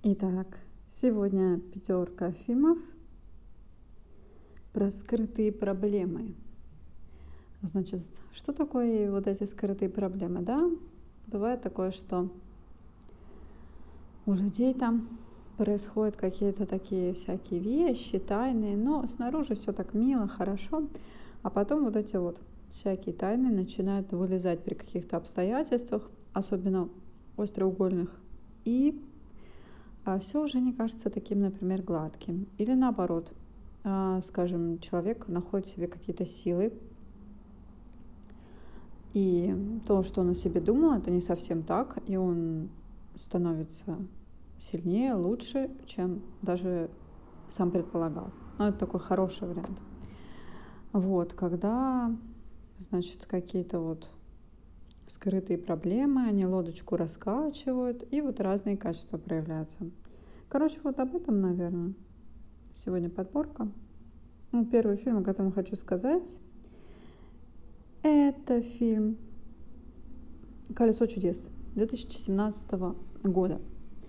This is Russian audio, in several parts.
Итак, сегодня пятерка фильмов про скрытые проблемы. Значит, что такое вот эти скрытые проблемы, да? Бывает такое, что у людей там происходят какие-то такие всякие вещи, тайные, но снаружи все так мило, хорошо, а потом вот эти вот всякие тайны начинают вылезать при каких-то обстоятельствах, особенно остроугольных, и все уже не кажется таким, например, гладким. Или наоборот, скажем, человек находит в себе какие-то силы, и то, что он о себе думал, это не совсем так, и он становится сильнее, лучше, чем даже сам предполагал. Но это такой хороший вариант. Вот, когда, значит, какие-то вот скрытые проблемы, они лодочку раскачивают, и вот разные качества проявляются. Короче, вот об этом, наверное, сегодня подборка. Первый фильм, о котором хочу сказать, это фильм «Колесо чудес» 2017 года.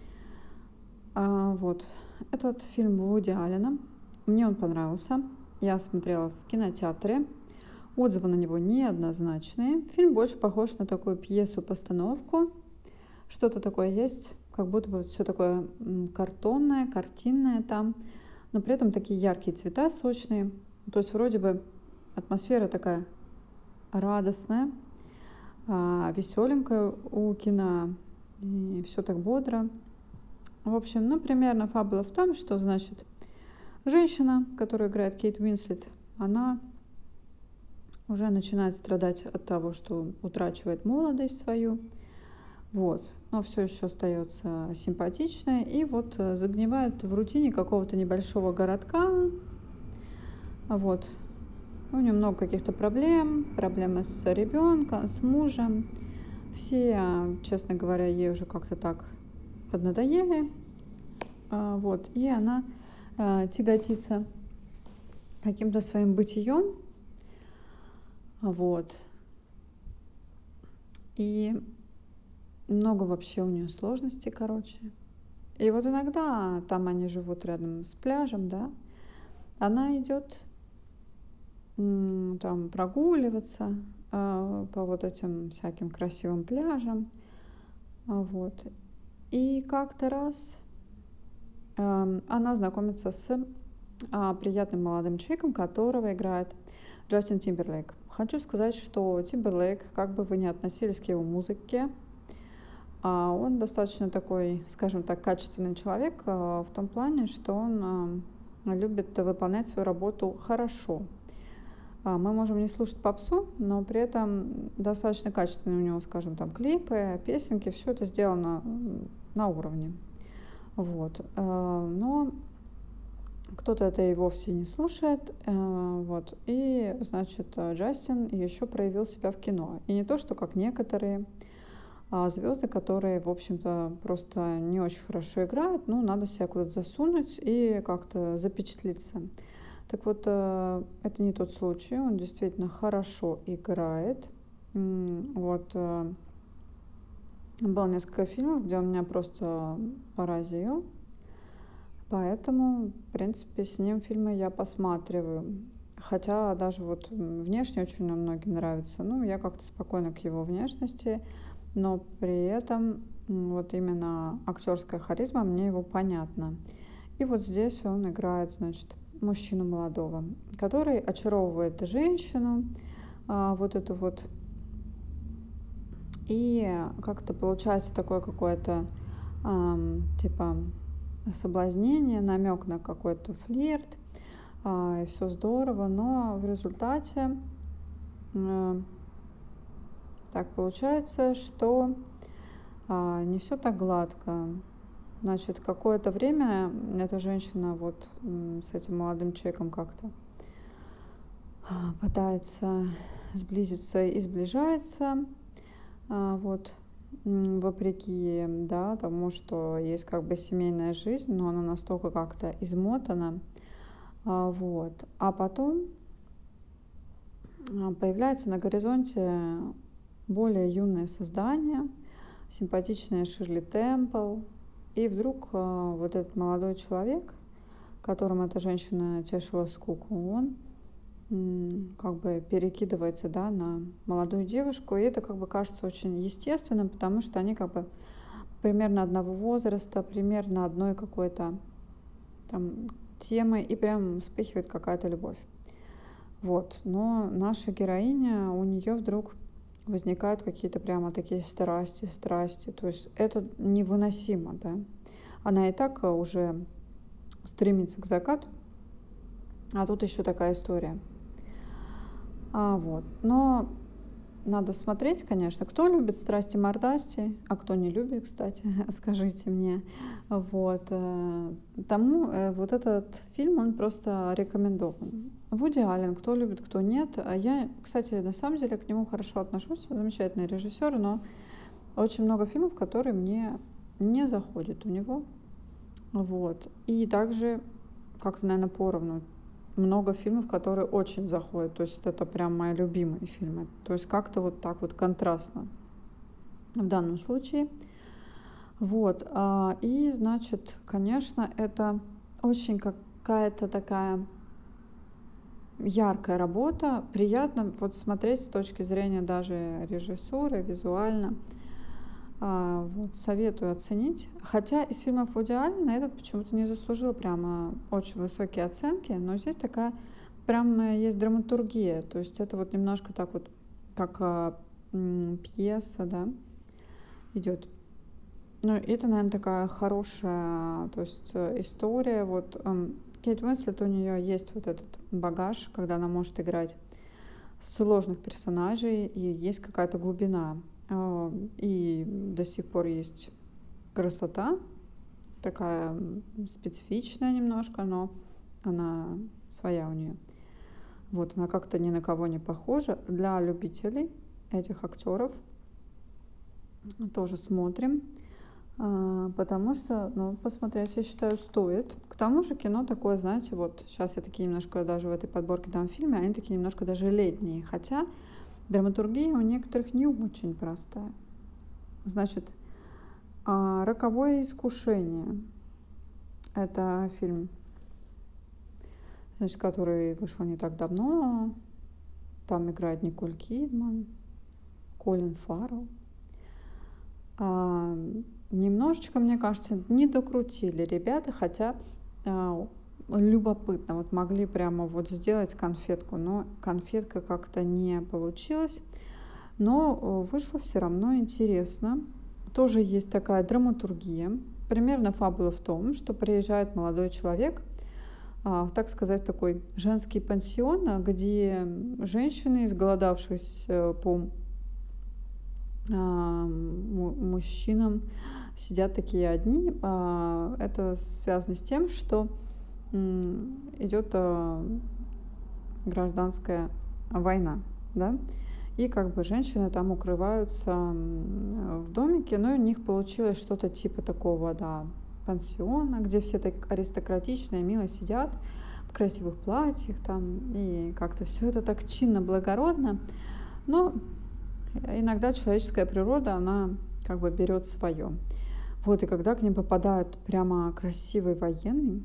Вот. Этот фильм Вуди Аллена. Мне он понравился. Я смотрела в кинотеатре. Отзывы на него неоднозначные. Фильм больше похож на такую пьесу-постановку. Что-то такое есть, как будто бы все такое картонное, картинное там. Но при этом такие яркие цвета, сочные. То есть вроде бы атмосфера такая радостная, веселенькая у кино, и все так бодро. В общем, примерно фабула в том, что, значит, женщина, которую играет Кейт Уинслет, она уже начинает страдать от того, что утрачивает молодость свою, вот, но все еще остается симпатичной, и вот загнивает в рутине какого-то небольшого городка, вот. У нее много каких-то проблемы с ребенком, с мужем. Все, честно говоря, ей уже как-то так поднадоели. Вот. И она тяготится каким-то своим бытием. Вот. И много вообще у нее сложностей, короче. И вот иногда там они живут рядом с пляжем, да, она идет там прогуливаться по вот этим всяким красивым пляжам. Вот. И как-то раз она знакомится с приятным молодым человеком, которого играет Джастин Тимберлейк. Хочу сказать, что Тимберлейк, как бы вы ни относились к его музыке, он достаточно такой, скажем так, качественный человек в том плане, что он любит выполнять свою работу хорошо. Мы можем не слушать попсу, но при этом достаточно качественные у него, скажем, там клипы, песенки, все это сделано на уровне. Вот. Но кто-то это и вовсе не слушает. Вот. И, значит, Джастин еще проявил себя в кино. И не то, что как некоторые звезды, которые, в общем-то, просто не очень хорошо играют, ну, надо себя куда-то засунуть и как-то запечатлиться. Так вот, это не тот случай, он действительно хорошо играет. Вот. Было несколько фильмов, где он меня просто поразил. Поэтому, в принципе, с ним фильмы я посматриваю. Хотя даже вот внешне очень многим нравится. Ну, я как-то спокойна к его внешности, но при этом вот именно актерская харизма, мне его понятна. И вот здесь он играет, значит, мужчину молодого, который очаровывает женщину, вот эту вот. И как-то получается такое какое-то, типа, соблазнение, намек на какой-то флирт, и все здорово, но в результате так получается, что не все так гладко. Значит, какое-то время эта женщина вот с этим молодым человеком как-то пытается сблизиться и сближается, вот, вопреки, да, тому, что есть как бы семейная жизнь, но она настолько как-то измотана, вот. А потом появляется на горизонте более юное создание, симпатичная Ширли Темпл, И вдруг вот этот молодой человек, которым эта женщина тешила скуку, он как бы перекидывается, да, на молодую девушку, и это как бы кажется очень естественным, потому что они как бы примерно одного возраста, примерно одной какой-то там темы, и прям вспыхивает какая-то любовь. Вот. Но наша героиня, у нее вдруг возникают какие-то прямо такие страсти. То есть это невыносимо, да. Она и так уже стремится к закату, а тут еще такая история. Вот. Но надо смотреть, конечно, кто любит страсти-мордасти, а кто не любит, кстати, скажите мне. Вот. Тому вот этот фильм, он просто рекомендован. Вуди Аллен, кто любит, кто нет. Я, кстати, на самом деле к нему хорошо отношусь, замечательный режиссер, но очень много фильмов, которые мне не заходят у него. Вот. И также как-то, наверное, поровну. Много фильмов, которые очень заходят. То есть это прям мои любимые фильмы. То есть как-то вот так вот контрастно в данном случае. Вот. И, значит, конечно, это очень какая-то такая яркая работа. Приятно вот смотреть с точки зрения даже режиссуры, визуально. Вот, советую оценить. Хотя из фильмов Вуди Аллена этот почему-то не заслужил прямо очень высокие оценки, но здесь такая прям есть драматургия. То есть это вот немножко так вот, как пьеса, да, идет. Ну, это, наверное, такая хорошая, то есть история. Вот Кейт Уинслет, у нее есть вот этот багаж, когда она может играть сложных персонажей, и есть какая-то глубина. И до сих пор есть красота, такая специфичная немножко, но она своя у нее. Вот, она как-то ни на кого не похожа. Для любителей этих актеров тоже смотрим, потому что, ну, посмотреть, я считаю, стоит. К тому же кино такое, знаете, вот сейчас я такие немножко даже в этой подборке там фильмы, они такие немножко даже летние, хотя драматургия у некоторых не очень простая. Значит, «Роковое искушение» — это фильм, значит, который вышел не так давно. Там играет Николь Кидман, Колин Фаррелл. Немножечко, мне кажется, не докрутили ребята, хотя любопытно. Вот могли прямо вот сделать конфетку, но конфетка как-то не получилась. Но вышло все равно интересно. Тоже есть такая драматургия. Примерно фабула в том, что приезжает молодой человек, так сказать, такой женский пансион, где женщины, изголодавшись по мужчинам, сидят такие одни. Это связано с тем, что идет гражданская война, да, и как бы женщины там укрываются в домике, но у них получилось что-то типа такого, да, пансиона, где все так аристократично и мило сидят в красивых платьях там, и как-то все это так чинно, благородно, но иногда человеческая природа, она как бы берет свое. Вот, и когда к ним попадает прямо красивый военный,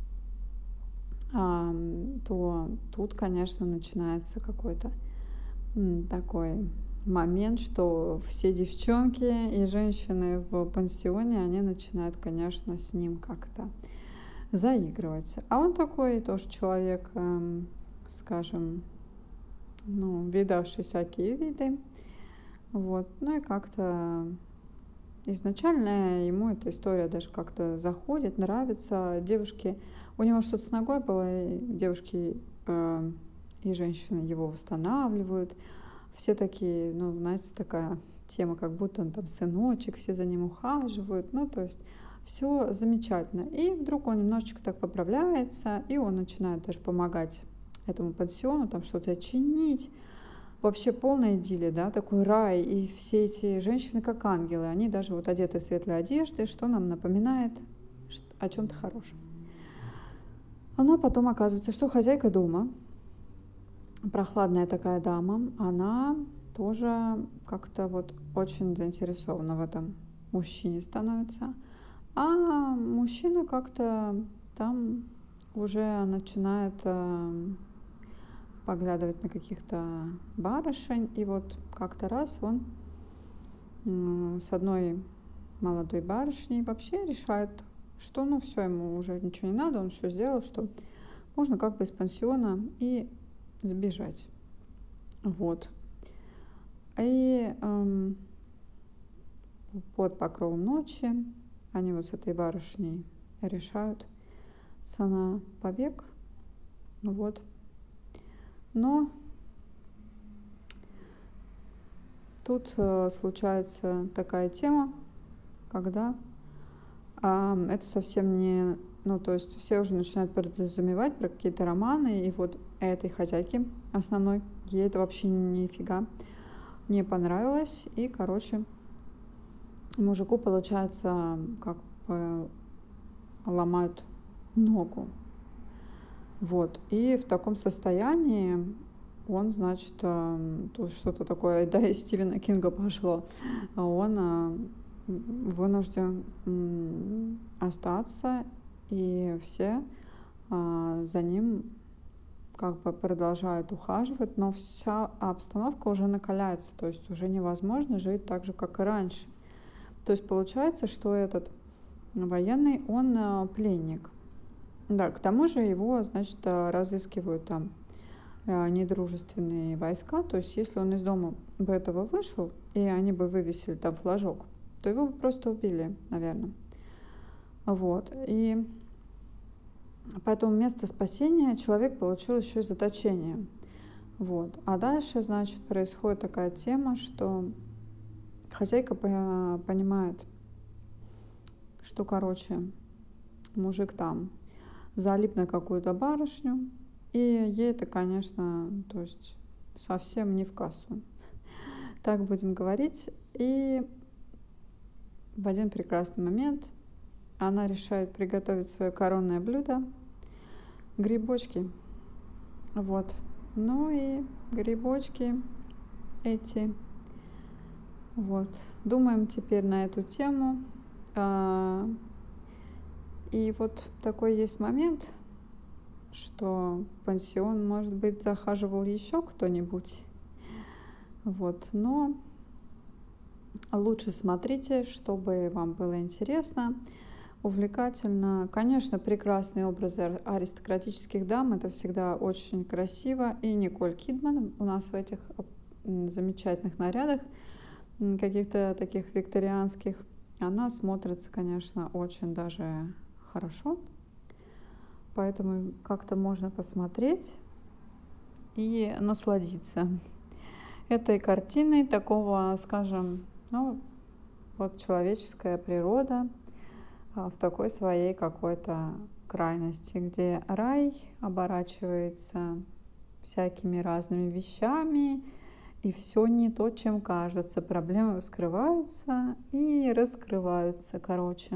то тут, конечно, начинается какой-то такой момент, что все девчонки и женщины в пансионе, они начинают, конечно, с ним как-то заигрывать. А он такой тоже человек, скажем, ну, видавший всякие виды. Вот. Ну и как-то изначально ему эта история даже как-то заходит, нравится. Девушки, у него что-то с ногой было, и девушки и женщины его восстанавливают. Все такие, ну, знаете, такая тема, как будто он там сыночек, все за ним ухаживают. Ну, то есть все замечательно. И вдруг он немножечко так поправляется, и он начинает даже помогать этому пансиону, там что-то чинить. Вообще полная идиллия, да, такой рай. И все эти женщины как ангелы. Они даже вот одеты в светлой одежды, что нам напоминает о чем-то хорошем. Но потом оказывается, что хозяйка дома, прохладная такая дама, она тоже как-то вот очень заинтересована в этом мужчине становится. А мужчина как-то там уже начинает поглядывать на каких-то барышень. И вот как-то раз он с одной молодой барышней вообще решает, что ну все, ему уже ничего не надо, он все сделал, что можно как бы из пансиона и сбежать. Вот. И под покровом ночи они вот с этой барышней решают на побег. Вот. Но тут случается такая тема, когда это совсем не... Ну, то есть все уже начинают подразумевать про какие-то романы, и вот этой хозяйке основной, ей это вообще нифига не понравилось, и, короче, мужику, получается, как бы ломают ногу. Вот. И в таком состоянии он, значит, тут что-то такое, да, из Стивена Кинга пошло. Он вынужден остаться, и все за ним как бы продолжают ухаживать, но вся обстановка уже накаляется, то есть уже невозможно жить так же, как и раньше. То есть получается, что этот военный, он пленник. Да, к тому же его, значит, разыскивают там недружественные войска. То есть если он из дома бы этого вышел, и они бы вывесили там флажок, то его бы просто убили, наверное. Вот. И поэтому вместо спасения человек получил еще и заточение. Вот. А дальше, значит, происходит такая тема, что хозяйка понимает, что, короче, мужик там залип на какую-то барышню, и ей это, конечно, то есть совсем не в кассу. Так будем говорить. И в один прекрасный момент она решает приготовить свое коронное блюдо — грибочки. Вот. Ну и грибочки эти. Вот. Думаем теперь на эту тему. И вот такой есть момент, что в пансион, может быть, захаживал еще кто-нибудь. Вот. Но лучше смотрите, чтобы вам было интересно, увлекательно. Конечно, прекрасные образы аристократических дам — это всегда очень красиво. И Николь Кидман у нас в этих замечательных нарядах, каких-то таких викторианских, она смотрится, конечно, очень даже хорошо. Поэтому как-то можно посмотреть и насладиться этой картиной такого, скажем, ну, вот человеческая природа в такой своей какой-то крайности, где рай оборачивается всякими разными вещами, и все не то, чем кажется. Проблемы вскрываются и раскрываются, короче.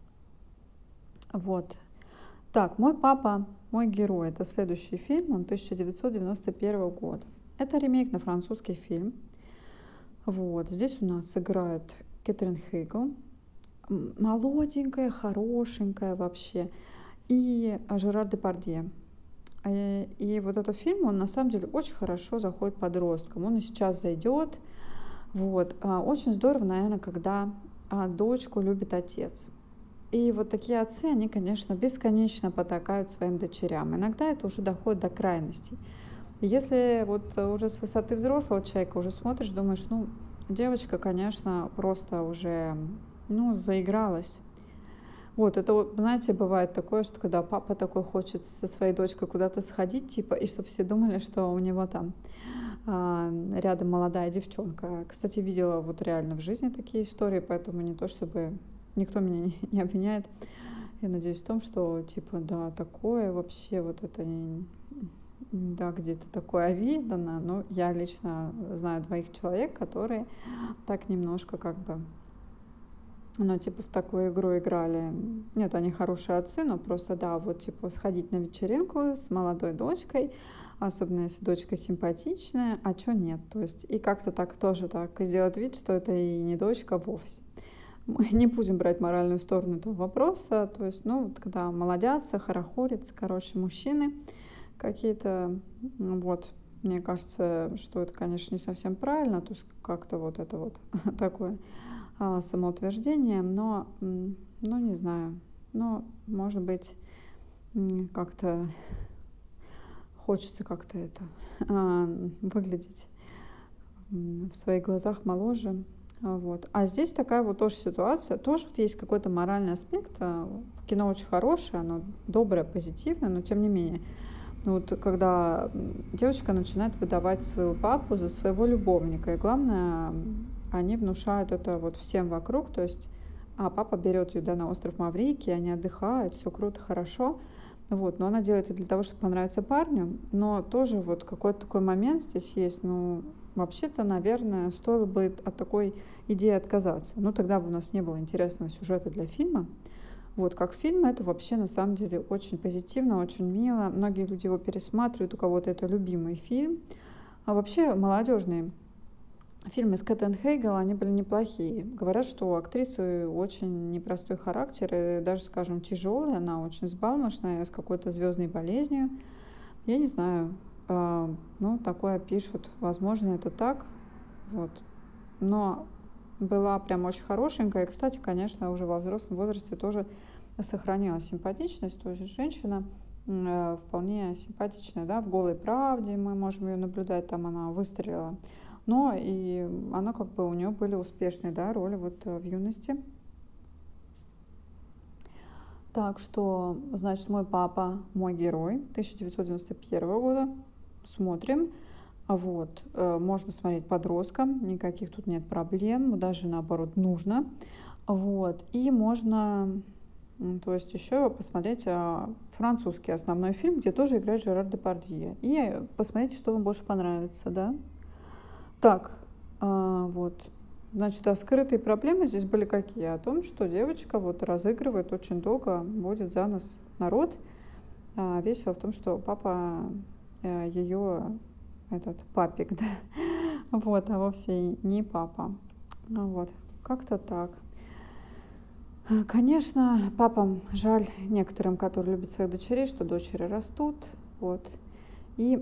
Вот. Так, «Мой папа, мой герой» — это следующий фильм, он 1991 года. Это ремейк на французский фильм. Вот. Здесь у нас играет Кэтрин Хейгл, молоденькая, хорошенькая вообще, и Жерар Депардье. И вот этот фильм, он на самом деле очень хорошо заходит подросткам. Он и сейчас зайдет. Вот. Очень здорово, наверное, когда дочку любит отец. И вот такие отцы, они, конечно, бесконечно потакают своим дочерям. Иногда это уже доходит до крайностей. Если вот уже с высоты взрослого человека уже смотришь, думаешь, ну, девочка, конечно, просто уже, ну, заигралась. Вот, это, вот, знаете, бывает такое, что когда папа такой хочет со своей дочкой куда-то сходить, типа, и чтобы все думали, что у него там рядом молодая девчонка. Кстати, видела вот реально в жизни такие истории, поэтому не то чтобы никто меня не обвиняет. Я надеюсь в том, что, типа, да, такое вообще, вот это, да, где-то такое видано, но я лично знаю двоих человек, которые так немножко как бы, ну, типа, в такую игру играли. Нет, они хорошие отцы, но просто, да, вот, типа, сходить на вечеринку с молодой дочкой, особенно если дочка симпатичная, а чё нет? То есть, и как-то так тоже так сделать вид, что это и не дочка вовсе. мы не будем брать моральную сторону этого вопроса. То есть, ну, вот когда молодятся, хорохорятся, короче, мужчины какие-то, вот, мне кажется, что это, конечно, не совсем правильно, то есть как-то вот это вот такое самоутверждение, но, ну, не знаю, но, может быть, как-то хочется как-то это выглядеть в своих глазах моложе. Вот. А здесь такая вот тоже ситуация, тоже вот есть какой-то моральный аспект. Кино очень хорошее, оно доброе, позитивное, но тем не менее. Ну вот когда девочка начинает выдавать своего папу за своего любовника, и главное, они внушают это вот всем вокруг, то есть, папа берет ее, да, на остров Маврикий, они отдыхают, все круто, хорошо, вот, но она делает это для того, чтобы понравиться парню, но тоже вот какой-то такой момент здесь есть, ну, вообще-то, наверное, стоило бы от такой идеи отказаться, ну, тогда бы у нас не было интересного сюжета для фильма. Вот, как фильм, это вообще на самом деле очень позитивно, очень мило. Многие люди его пересматривают, у кого-то это любимый фильм. А вообще молодежные фильмы с Кэтрин Хейгел, они были неплохие. Говорят, что у актрисы очень непростой характер, и даже, скажем, тяжелый, она очень взбалмошная, с какой-то звездной болезнью. Я не знаю, ну, такое пишут. Возможно, это так, вот. Но была прям очень хорошенькая. И, кстати, конечно, уже во взрослом возрасте тоже сохранила симпатичность. То есть женщина вполне симпатичная, да, в «Голой правде» мы можем ее наблюдать, там она выстрелила. Но и она как бы, у нее были успешные, да, роли вот в юности. Так что, значит, «Мой папа, мой герой» 1991 года. Смотрим. Вот. Можно смотреть подросткам, никаких тут нет проблем, даже наоборот нужно. Вот. И можно, то есть еще посмотреть французский основной фильм, где тоже играет Жерар Депардье. И посмотреть, что вам больше понравится, да. Так, вот. Значит, скрытые проблемы здесь были какие? О том, что девочка вот разыгрывает очень долго, будет за нос народ. Весь дело в том, что папа ее этот папик, да, вот, а вовсе не папа. Вот, как-то так. Конечно, папам жаль некоторым, которые любят своих дочерей, что дочери растут, вот. И,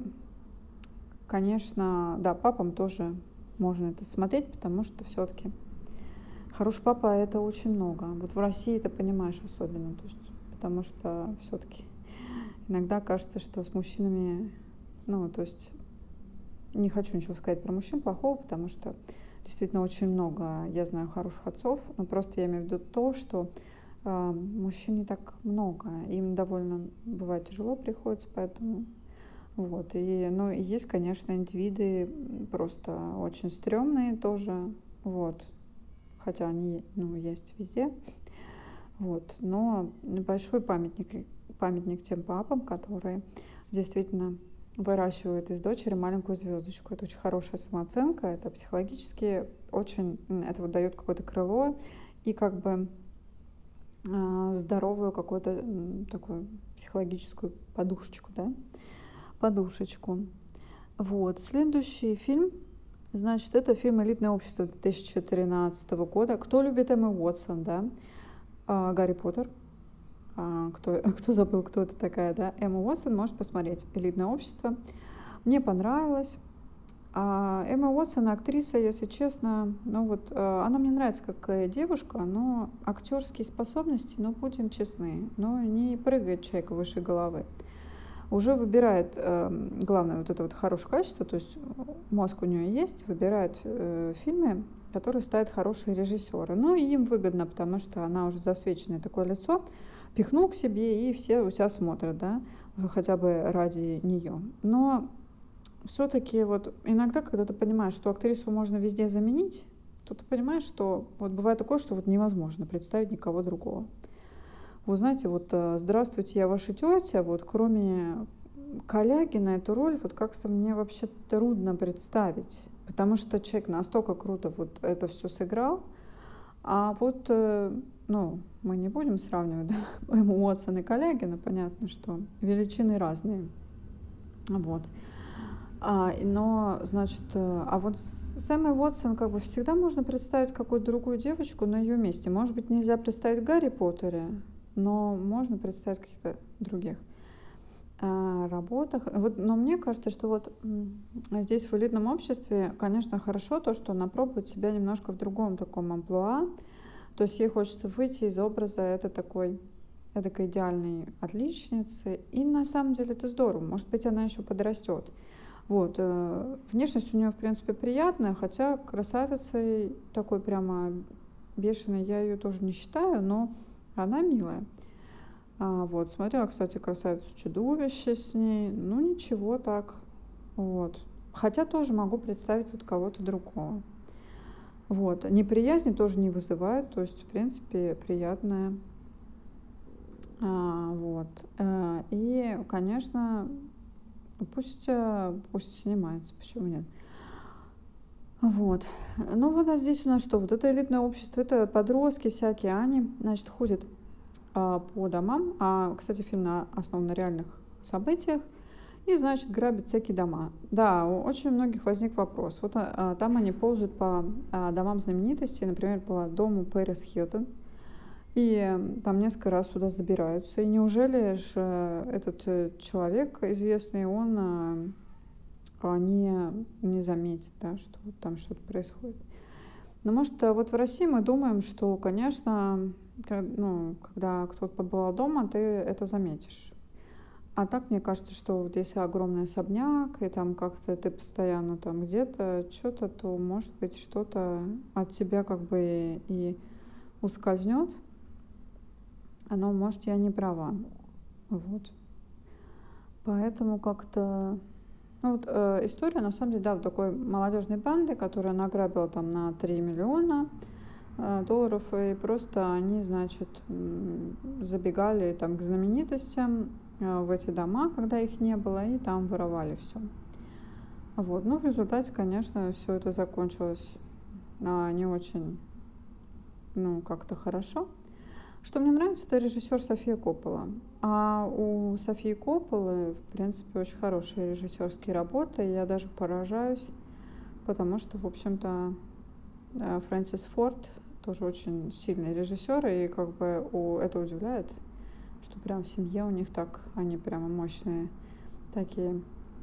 конечно, да, папам тоже можно это смотреть, потому что все-таки хороший папа — это очень много. Вот в России ты понимаешь особенно, то есть, потому что все-таки иногда кажется, что с мужчинами, ну, то есть не хочу ничего сказать про мужчин плохого, потому что действительно очень много, я знаю, хороших отцов, но просто я имею в виду то, что мужчин не так много, им довольно бывает тяжело приходится, поэтому вот. И, ну, и есть, конечно, индивиды просто очень стрёмные тоже, вот, хотя они, ну, есть везде, вот, но большой памятник тем папам, которые действительно выращивают из дочери маленькую звездочку. Это очень хорошая самооценка, это психологически очень, это вот дает какое-то крыло и как бы здоровую какую-то такую психологическую подушечку, да, подушечку. Вот, следующий фильм, значит, это фильм «Элитное общество» 2013 года. Кто любит Эмму Уотсон, да? Гарри Поттер. Кто забыл, кто это такая, да? Эмма Уотсон, может посмотреть «Элитное общество». Мне понравилось. Эмма Уотсон актриса, если честно, ну вот она мне нравится как девушка, но актерские способности, ну будем честны, но не прыгает человек выше головы. Уже выбирает, главное, вот это вот хорошее качество, то есть мозг у нее есть, выбирает фильмы, которые ставят хорошие режиссеры. Ну и им выгодно, потому что она уже засвеченное такое лицо, пихнул к себе, и все у себя смотрят, да, хотя бы ради нее. Но все-таки вот иногда, когда ты понимаешь, что актрису можно везде заменить, то ты понимаешь, что вот бывает такое, что вот невозможно представить никого другого. Вы знаете, вот «Здравствуйте, я ваша тетя», вот кроме Калягина эту роль вот как-то мне вообще трудно представить, потому что человек настолько круто вот это все сыграл, а вот, ну, мы не будем сравнивать, да, Эмму Уотсон и Калягина, понятно, что величины разные, вот. Но, значит, а вот с Эммой Уотсон как бы всегда можно представить какую-то другую девочку на ее месте. Может быть, нельзя представить в Гарри Поттере, но можно представить каких-то других работах. Вот, но мне кажется, что вот здесь в элитном обществе, конечно, хорошо то, что она пробует себя немножко в другом таком амплуа. То есть ей хочется выйти из образа такой идеальной отличницы. И на самом деле это здорово. Может быть, она еще подрастет. Вот. Внешность у нее, в принципе, приятная, хотя красавицей такой прямо бешеной я ее тоже не считаю, но она милая. Вот. Смотрела, кстати, «Красавицу-чудовище» с ней. Ну, ничего так. Вот. Хотя тоже могу представить вот кого-то другого. Вот. Неприязни тоже не вызывает, то есть, в принципе, приятная. Вот. И, конечно, пусть снимается, почему нет. Вот. Ну вот, а здесь у нас что? Вот это элитное общество, это подростки всякие, они, значит, ходят по домам. Кстати, фильм основан на реальных событиях. И, значит, грабят всякие дома. Да, у очень многих возник вопрос. Вот там они ползают по домам знаменитостей, например, по дому Пэрис Хилтон. И там несколько раз сюда забираются. И неужели же этот человек известный, он не заметит, да, что вот там что-то происходит. Но, может, вот в России мы думаем, что, конечно, когда кто-то побывал дома, ты это заметишь. А так, мне кажется, что вот если огромный особняк, и там как-то ты постоянно там где-то что-то, то, может быть, что-то от тебя как бы и ускользнет. Но, может, я не права. Вот. Поэтому как-то... Ну вот история, на самом деле, да, вот такой молодежной банды, которая награбила там на 3 миллиона долларов, и просто они, значит, забегали там к знаменитостям в эти дома, когда их не было, и там воровали все. Вот. Ну, в результате, конечно, все это закончилось не очень, как-то хорошо. Что мне нравится, это режиссер София Коппола. А у Софии Копполы, в принципе, очень хорошие режиссерские работы. И я даже поражаюсь, потому что, в общем-то, Фрэнсис Форд тоже очень сильный режиссер, и как бы это удивляет, что прям в семье у них так, они прямо мощные такие.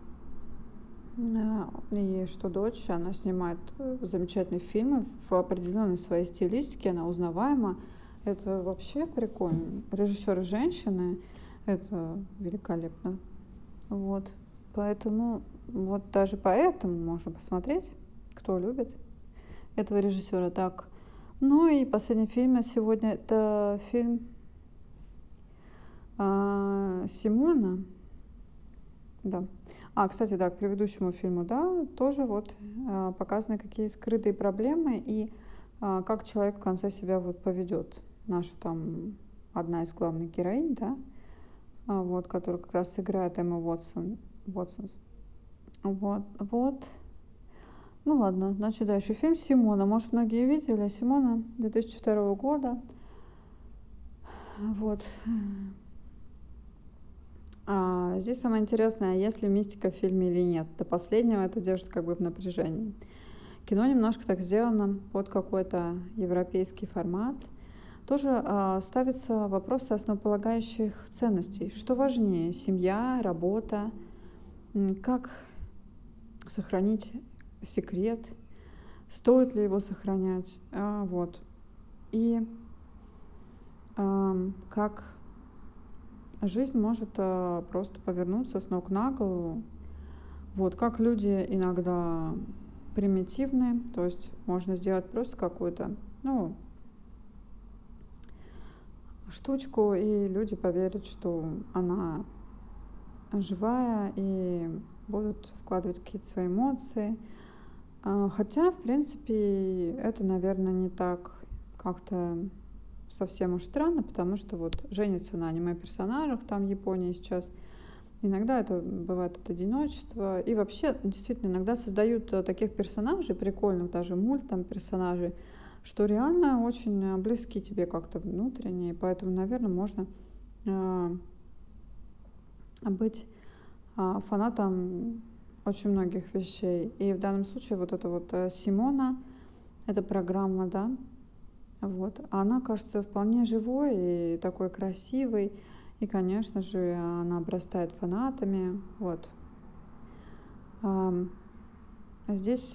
И что дочь, она снимает замечательные фильмы в определенной своей стилистике, она узнаваема. Это вообще прикольно. Режиссеры женщины, это великолепно. Вот. Поэтому, вот даже поэтому можно посмотреть, кто любит этого режиссера. Так. Ну и последний фильм на сегодня, это фильм Симона. Да. Кстати, да, к предыдущему фильму, да, тоже вот показаны какие скрытые проблемы и как человек в конце себя вот поведет. Наша там одна из главных героинь, да, вот, которая как раз играет Эмма Уотсон. Вот. Ну ладно, значит, дальше фильм «Симона». Может, многие видели. «Симона» 2002 года. Вот. Здесь самое интересное, есть ли мистика в фильме или нет. До последнего это держит как бы в напряжении. Кино немножко так сделано под какой-то европейский формат. Тоже ставятся вопросы основополагающих ценностей. Что важнее, семья, работа, как сохранить секрет, стоит ли его сохранять, вот. И как жизнь может просто повернуться с ног на голову. Вот, как люди иногда примитивны, то есть можно сделать просто какую-то, штучку, и люди поверят, что она живая, и будут вкладывать какие-то свои эмоции. Хотя, в принципе, это, наверное, не так как-то совсем уж странно, потому что вот женятся на аниме-персонажах там в Японии сейчас. Иногда это бывает от одиночества. И вообще, действительно, иногда создают таких персонажей, прикольных даже там персонажей, что реально очень близки тебе как-то внутренне. Поэтому, наверное, можно быть фанатом очень многих вещей. И в данном случае вот эта вот Симона, эта программа, да, вот, она кажется вполне живой и такой красивой. И, конечно же, она обрастает фанатами. Вот. Здесь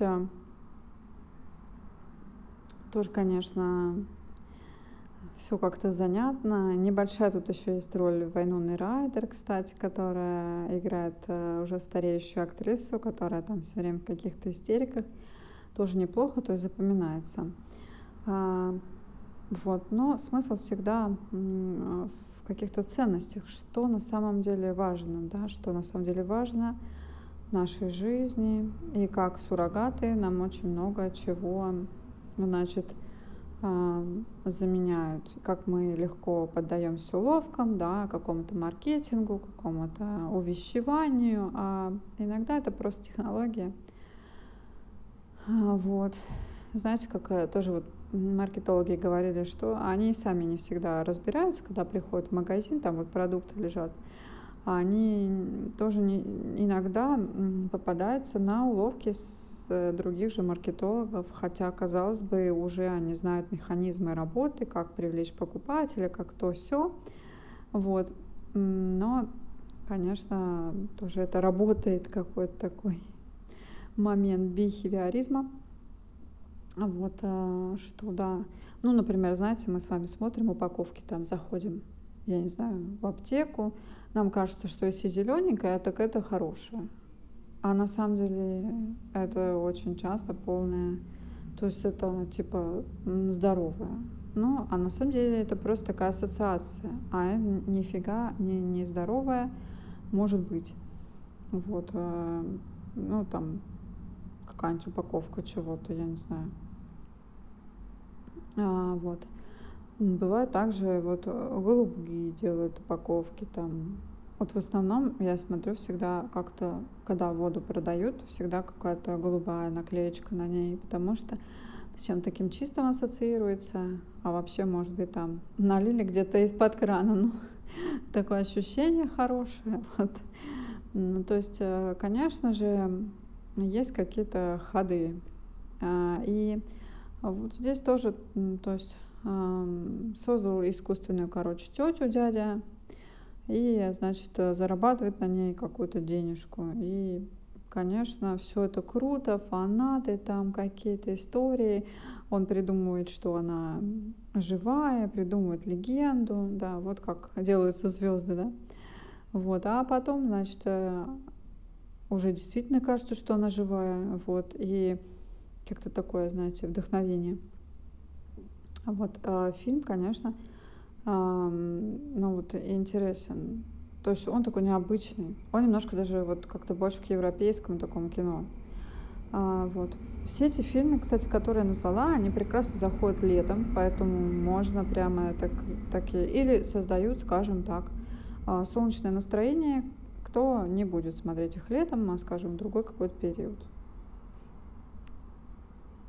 тоже, конечно, все как-то занятно. Небольшая тут еще есть роль Вайноны Райдер, кстати, которая играет уже стареющую актрису, которая там все время в каких-то истериках. Тоже неплохо, то есть запоминается. Вот. Но смысл всегда в каких-то ценностях, что на самом деле важно, да, что на самом деле важно в нашей жизни, и как суррогаты нам очень много чего, значит, заменяют, как мы легко поддаемся уловкам, да, какому-то маркетингу, какому-то увещеванию, а иногда это просто технология. Вот. Знаете, как тоже вот маркетологи говорили, что они сами не всегда разбираются, когда приходят в магазин, там вот продукты лежат, а они тоже иногда попадаются на уловки с других же маркетологов, хотя, казалось бы, уже они знают механизмы работы, как привлечь покупателя, как то все. Вот. Но, конечно, тоже это работает, какой-то такой момент бихевиоризма. Вот, что да. Ну, например, знаете, мы с вами смотрим упаковки, там заходим, я не знаю, в аптеку. Нам кажется, что если зелененькое, так это хорошее. А на самом деле это очень часто полное, то есть это типа здоровое. Ну, а на самом деле это просто такая ассоциация. А нифига не здоровая может быть. Вот, ну, там какая-нибудь упаковка чего-то, я не знаю. Вот. Бывает также, вот голубые делают упаковки там. Вот в основном я смотрю всегда как-то, когда воду продают, всегда какая-то голубая наклеечка на ней, потому что с чем таким чистым ассоциируется, а вообще, может быть, там налили где-то из-под крана, ну, такое ощущение хорошее, вот. Ну, то есть, конечно же, есть какие-то ходы. И вот здесь тоже, то есть, создал искусственную, короче, тетю дядя, и, значит, зарабатывает на ней какую-то денежку. И, конечно, все это круто, фанаты, там какие-то истории. Он придумывает, что она живая, придумывает легенду, да, вот как делаются звезды, да. Вот, а потом, значит, уже действительно кажется, что она живая, вот, и как-то такое, знаете, вдохновение. Вот, фильм, конечно, ну вот интересен. То есть он такой необычный. Он немножко даже вот как-то больше к европейскому такому кино. Вот. Все эти фильмы, кстати, которые я назвала, они прекрасно заходят летом, поэтому можно прямо такие... Или создают, скажем так, солнечное настроение. Кто не будет смотреть их летом, а, скажем, в другой какой-то период.